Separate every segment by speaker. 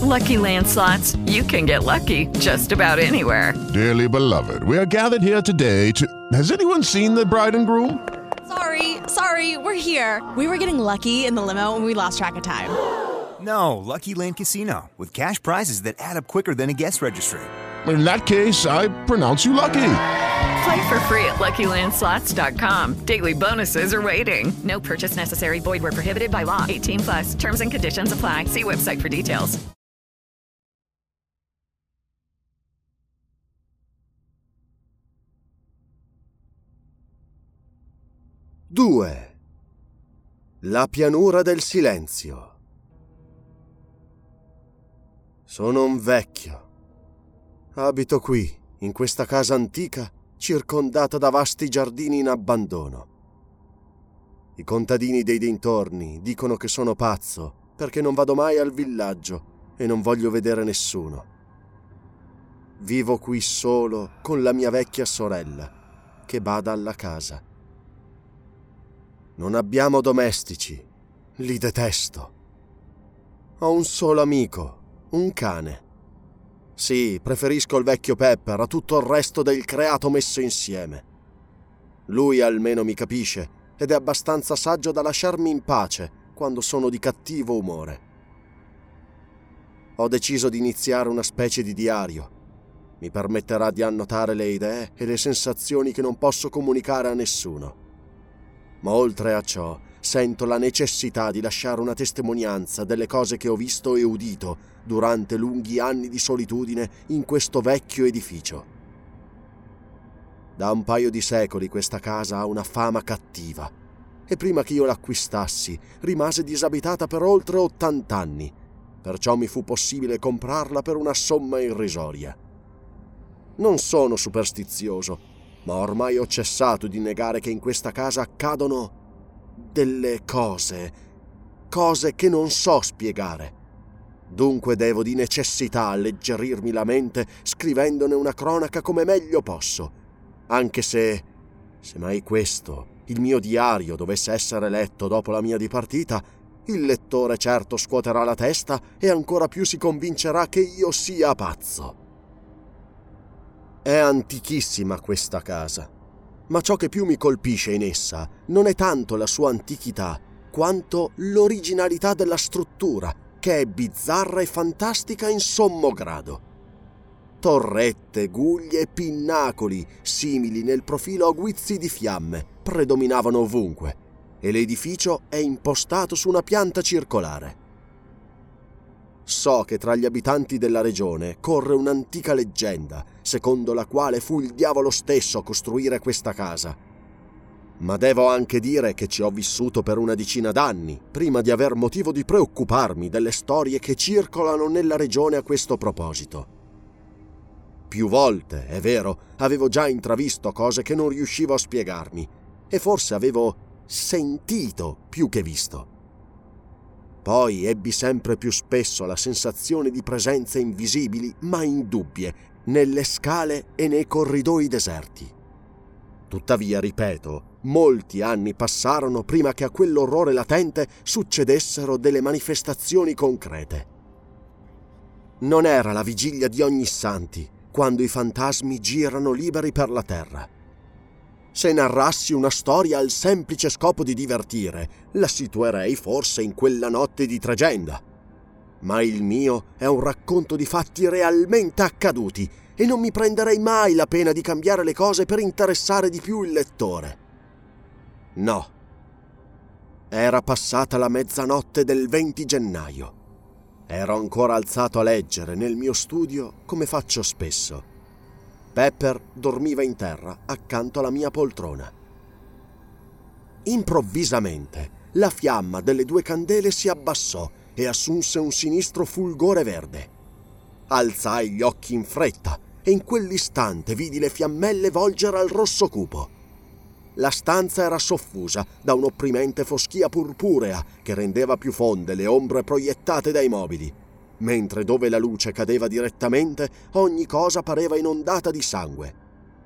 Speaker 1: Lucky Land Slots, you can get lucky just about anywhere.
Speaker 2: Dearly beloved, we are gathered here today to... Has anyone seen the bride and groom?
Speaker 3: Sorry, we're here. We were getting lucky in the limo and we lost track of time.
Speaker 4: No, Lucky Land Casino, with cash prizes that add up quicker than a guest registry.
Speaker 2: In that case, I pronounce you lucky.
Speaker 1: Play for free at LuckyLandSlots.com. Daily bonuses are waiting. No purchase necessary. Void where prohibited by law. 18+. Terms and conditions apply. See website for details.
Speaker 5: Due. La pianura del silenzio. Sono un vecchio. Abito qui, in questa casa antica, circondata da vasti giardini in abbandono. I contadini dei dintorni dicono che sono pazzo perché non vado mai al villaggio e non voglio vedere nessuno. Vivo qui solo con la mia vecchia sorella, che bada alla casa. Non abbiamo domestici, li detesto. Ho un solo amico, un cane. Sì, preferisco il vecchio Pepper a tutto il resto del creato messo insieme. Lui almeno mi capisce ed è abbastanza saggio da lasciarmi in pace quando sono di cattivo umore. Ho deciso di iniziare una specie di diario. Mi permetterà di annotare le idee e le sensazioni che non posso comunicare a nessuno. Ma oltre a ciò, sento la necessità di lasciare una testimonianza delle cose che ho visto e udito durante lunghi anni di solitudine in questo vecchio edificio. Da un paio di secoli questa casa ha una fama cattiva e prima che io l'acquistassi rimase disabitata per oltre 80 anni, perciò mi fu possibile comprarla per una somma irrisoria. Non sono superstizioso, ma ormai ho cessato di negare che in questa casa accadono delle cose che non so spiegare. Dunque devo di necessità alleggerirmi la mente scrivendone una cronaca come meglio posso, anche se mai questo, il mio diario, dovesse essere letto dopo la mia dipartita, il lettore certo scuoterà la testa e ancora più si convincerà che io sia pazzo. È antichissima questa casa, ma ciò che più mi colpisce in essa non è tanto la sua antichità, quanto l'originalità della struttura, che è bizzarra e fantastica in sommo grado. Torrette, guglie e pinnacoli, simili nel profilo a guizzi di fiamme, predominavano ovunque, e l'edificio è impostato su una pianta circolare. So che tra gli abitanti della regione corre un'antica leggenda, secondo la quale fu il diavolo stesso a costruire questa casa. Ma devo anche dire che ci ho vissuto per una decina d'anni, prima di aver motivo di preoccuparmi delle storie che circolano nella regione a questo proposito. Più volte, è vero, avevo già intravisto cose che non riuscivo a spiegarmi, e forse avevo sentito più che visto. Poi ebbi sempre più spesso la sensazione di presenze invisibili, ma indubbie, nelle scale e nei corridoi deserti. Tuttavia, ripeto, molti anni passarono prima che a quell'orrore latente succedessero delle manifestazioni concrete. Non era la vigilia di Ognissanti, quando i fantasmi girano liberi per la terra. Se narrassi una storia al semplice scopo di divertire, la situerei forse in quella notte di Tregenda. Ma il mio è un racconto di fatti realmente accaduti e non mi prenderei mai la pena di cambiare le cose per interessare di più il lettore. No. Era passata la mezzanotte del 20 gennaio. Ero ancora alzato a leggere nel mio studio come faccio spesso. Pepper dormiva in terra accanto alla mia poltrona. Improvvisamente la fiamma delle 2 candele si abbassò e assunse un sinistro fulgore verde. Alzai gli occhi in fretta e in quell'istante vidi le fiammelle volgere al rosso cupo. La stanza era soffusa da un'opprimente foschia purpurea che rendeva più fonde le ombre proiettate dai mobili, mentre dove la luce cadeva direttamente ogni cosa pareva inondata di sangue.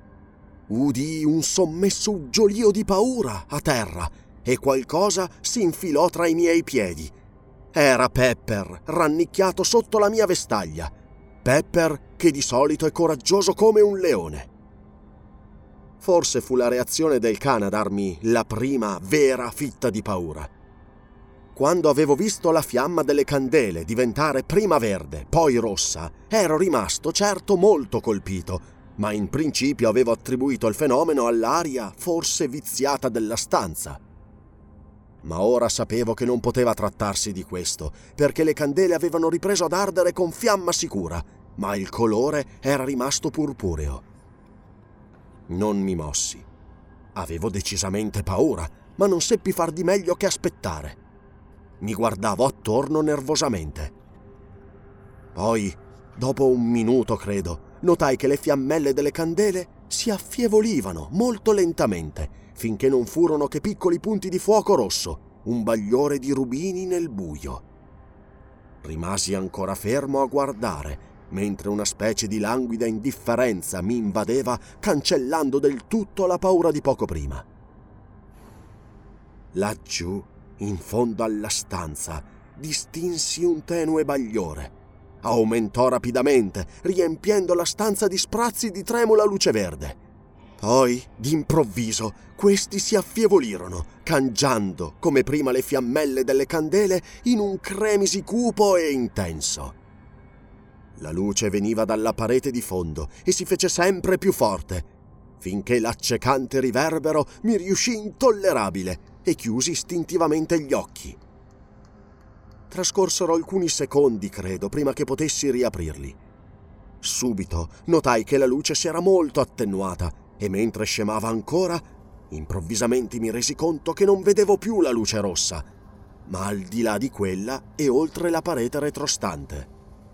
Speaker 5: Udii un sommesso uggiolio di paura a terra e qualcosa si infilò tra i miei piedi. Era Pepper, rannicchiato sotto la mia vestaglia. Pepper, che di solito è coraggioso come un leone. Forse fu la reazione del cane a darmi la prima vera fitta di paura. Quando avevo visto la fiamma delle candele diventare prima verde, poi rossa, ero rimasto certo molto colpito, ma in principio avevo attribuito il fenomeno all'aria forse viziata della stanza. Ma ora sapevo che non poteva trattarsi di questo, perché le candele avevano ripreso ad ardere con fiamma sicura, ma il colore era rimasto purpureo. Non mi mossi. Avevo decisamente paura, ma non seppi far di meglio che aspettare. Mi guardavo attorno nervosamente. Poi, dopo un minuto, credo, notai che le fiammelle delle candele si affievolivano molto lentamente, finché non furono che piccoli punti di fuoco rosso, un bagliore di rubini nel buio. Rimasi ancora fermo a guardare, mentre una specie di languida indifferenza mi invadeva, cancellando del tutto la paura di poco prima. Laggiù, in fondo alla stanza, distinsi un tenue bagliore. Aumentò rapidamente, riempiendo la stanza di sprazzi di tremula luce verde. Poi, d'improvviso, questi si affievolirono, cangiando, come prima le fiammelle delle candele, in un cremisi cupo e intenso. La luce veniva dalla parete di fondo e si fece sempre più forte, finché l'accecante riverbero mi riuscì intollerabile e chiusi istintivamente gli occhi. Trascorsero alcuni secondi, credo, prima che potessi riaprirli. Subito notai che la luce si era molto attenuata e mentre scemava ancora, improvvisamente mi resi conto che non vedevo più la luce rossa, ma al di là di quella e oltre la parete retrostante.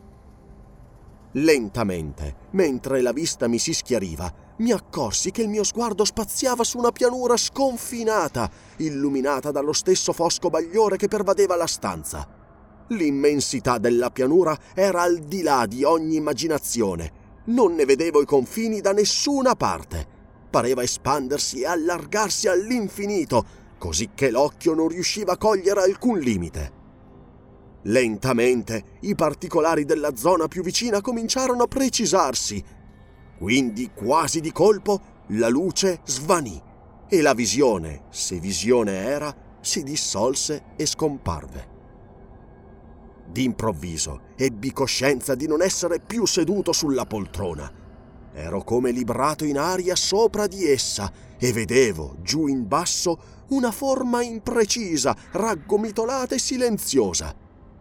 Speaker 5: Lentamente, mentre la vista mi si schiariva, mi accorsi che il mio sguardo spaziava su una pianura sconfinata, illuminata dallo stesso fosco bagliore che pervadeva la stanza. L'immensità della pianura era al di là di ogni immaginazione. Non ne vedevo i confini da nessuna parte. Pareva espandersi e allargarsi all'infinito, così che l'occhio non riusciva a cogliere alcun limite. Lentamente i particolari della zona più vicina cominciarono a precisarsi. Quindi, quasi di colpo, la luce svanì e la visione, se visione era, si dissolse e scomparve. D'improvviso ebbi coscienza di non essere più seduto sulla poltrona. Ero come librato in aria sopra di essa e vedevo, giù in basso, una forma imprecisa, raggomitolata e silenziosa.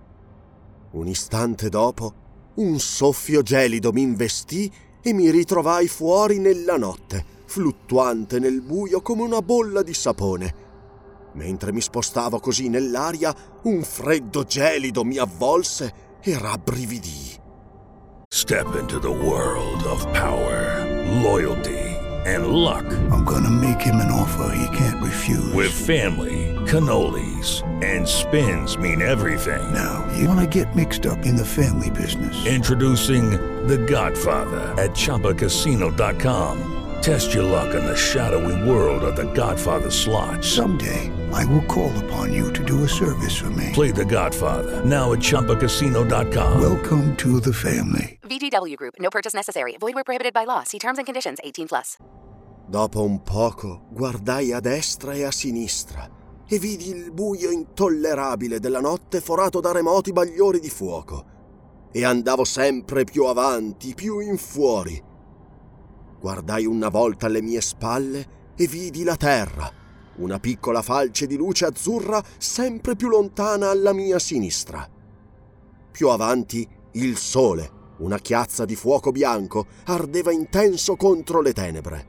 Speaker 5: Un istante dopo, un soffio gelido mi investì e mi ritrovai fuori nella notte, fluttuante nel buio come una bolla di sapone. Mentre mi spostavo così nell'aria, un freddo gelido mi avvolse e rabbrividii.
Speaker 6: Step into the world of power, loyalty, and luck.
Speaker 7: I'm gonna make him an offer he can't refuse.
Speaker 6: With family, cannolis, and spins mean everything.
Speaker 7: Now, you wanna get mixed up in the family business.
Speaker 6: Introducing The Godfather at ChumbaCasino.com. Test your luck in the shadowy world of The Godfather slot.
Speaker 7: Someday, I will call upon you to do a service for me.
Speaker 6: Play The Godfather now at ChumbaCasino.com.
Speaker 7: Welcome to the family.
Speaker 8: VGW Group. No purchase necessary. Void where prohibited by law. See terms and conditions. 18+.
Speaker 5: Dopo un poco guardai a destra e a sinistra e vidi il buio intollerabile della notte forato da remoti bagliori di fuoco. E andavo sempre più avanti, più in fuori. Guardai una volta alle mie spalle e vidi la terra, una piccola falce di luce azzurra sempre più lontana alla mia sinistra. Più avanti il sole, una chiazza di fuoco bianco, ardeva intenso contro le tenebre.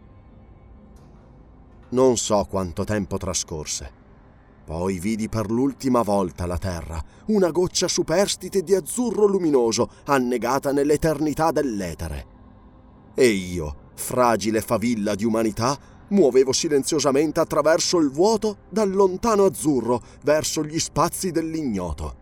Speaker 5: Non so quanto tempo trascorse. Poi vidi per l'ultima volta la terra, una goccia superstite di azzurro luminoso annegata nell'eternità dell'etere. E io, fragile favilla di umanità, muovevo silenziosamente attraverso il vuoto dal lontano azzurro verso gli spazi dell'ignoto.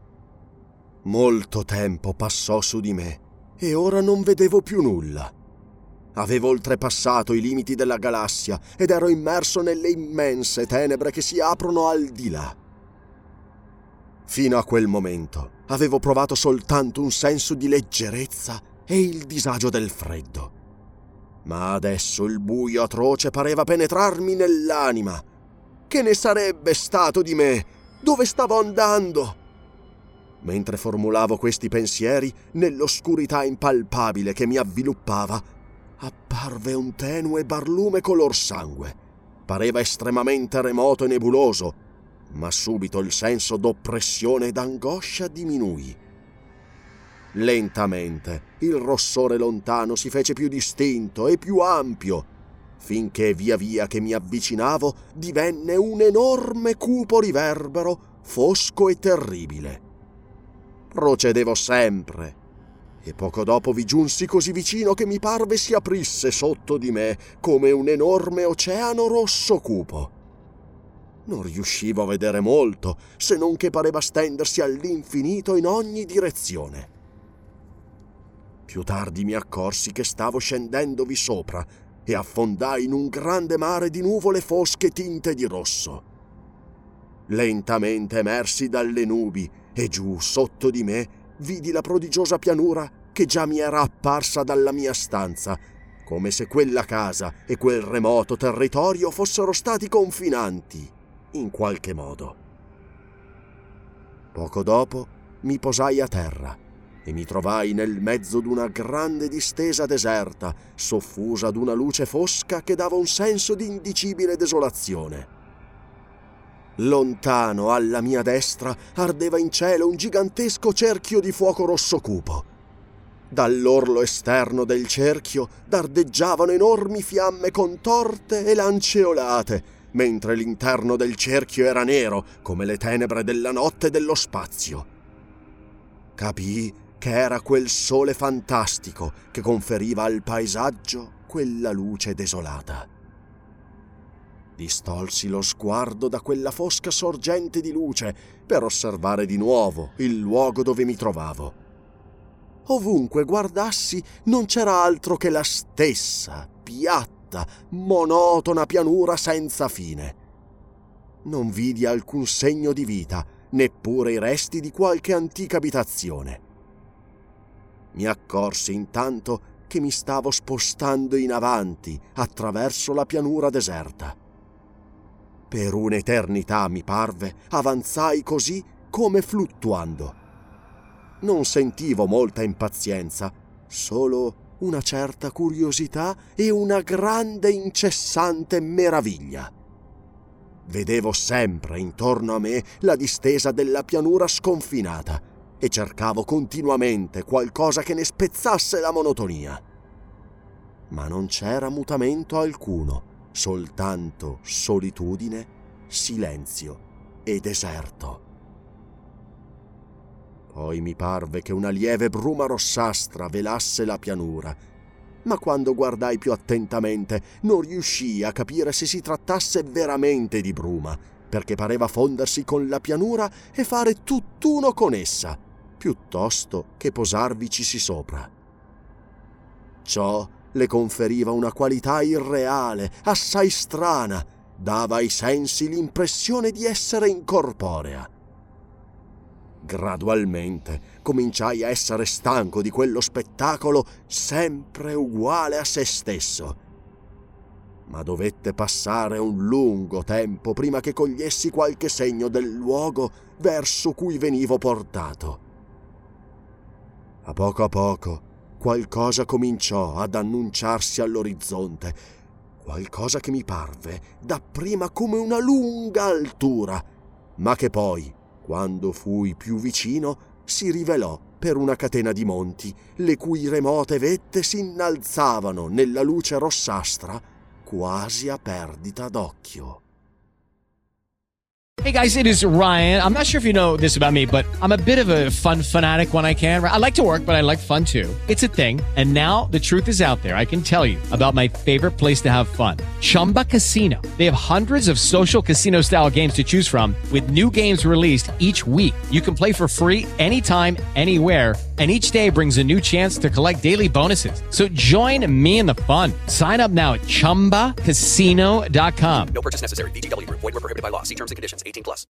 Speaker 5: Molto tempo passò su di me e ora non vedevo più nulla. Avevo oltrepassato i limiti della galassia ed ero immerso nelle immense tenebre che si aprono al di là. Fino a quel momento avevo provato soltanto un senso di leggerezza e il disagio del freddo. Ma adesso il buio atroce pareva penetrarmi nell'anima. Che ne sarebbe stato di me? Dove stavo andando? Mentre formulavo questi pensieri, nell'oscurità impalpabile che mi avviluppava, apparve un tenue barlume color sangue. Pareva estremamente remoto e nebuloso, ma subito il senso d'oppressione e d'angoscia diminuì. Lentamente il rossore lontano si fece più distinto e più ampio, finché via via che mi avvicinavo divenne un enorme cupo riverbero, fosco e terribile. Procedevo sempre, e poco dopo vi giunsi così vicino che mi parve si aprisse sotto di me come un enorme oceano rosso cupo. Non riuscivo a vedere molto, se non che pareva stendersi all'infinito in ogni direzione. Più tardi mi accorsi che stavo scendendovi sopra e affondai in un grande mare di nuvole fosche tinte di rosso. Lentamente emersi dalle nubi e giù sotto di me vidi la prodigiosa pianura che già mi era apparsa dalla mia stanza, come se quella casa e quel remoto territorio fossero stati confinanti in qualche modo. Poco dopo mi posai a terra e mi trovai nel mezzo d'una grande distesa deserta, soffusa d'una luce fosca che dava un senso di indicibile desolazione. Lontano, alla mia destra, ardeva in cielo un gigantesco cerchio di fuoco rosso cupo. Dall'orlo esterno del cerchio dardeggiavano enormi fiamme contorte e lanceolate, mentre l'interno del cerchio era nero come le tenebre della notte e dello spazio. Capii che era quel sole fantastico che conferiva al paesaggio quella luce desolata. Distolsi lo sguardo da quella fosca sorgente di luce per osservare di nuovo il luogo dove mi trovavo. Ovunque guardassi non c'era altro che la stessa, piatta, monotona pianura senza fine. Non vidi alcun segno di vita, neppure i resti di qualche antica abitazione. Mi accorsi intanto che mi stavo spostando in avanti attraverso la pianura deserta. Per un'eternità, mi parve, avanzai così come fluttuando. Non sentivo molta impazienza, solo una certa curiosità e una grande incessante meraviglia. Vedevo sempre intorno a me la distesa della pianura sconfinata e cercavo continuamente qualcosa che ne spezzasse la monotonia. Ma non c'era mutamento alcuno, soltanto solitudine, silenzio e deserto. Poi mi parve che una lieve bruma rossastra velasse la pianura, ma quando guardai più attentamente non riuscii a capire se si trattasse veramente di bruma, perché pareva fondersi con la pianura e fare tutt'uno con essa, piuttosto che posarvicisi sopra. Ciò le conferiva una qualità irreale, assai strana, dava ai sensi l'impressione di essere incorporea. Gradualmente cominciai a essere stanco di quello spettacolo sempre uguale a se stesso. Ma dovette passare un lungo tempo prima che cogliessi qualche segno del luogo verso cui venivo portato. A poco qualcosa cominciò ad annunciarsi all'orizzonte, qualcosa che mi parve dapprima come una lunga altura, ma che poi, quando fui più vicino, si rivelò per una catena di monti, le cui remote vette si innalzavano nella luce rossastra quasi a perdita d'occhio.
Speaker 9: Hey guys, it is Ryan. I'm not sure if you know this about me, but I'm a bit of a fun fanatic when I can. I like to work, but I like fun too. It's a thing. And now the truth is out there. I can tell you about my favorite place to have fun. Chumba Casino. They have hundreds of social casino style games to choose from with new games released each week. You can play for free anytime, anywhere. And each day brings a new chance to collect daily bonuses. So join me in the fun. Sign up now at ChumbaCasino.com.
Speaker 10: No purchase necessary. VGW Group. Void where prohibited by law. See terms and conditions. 18+.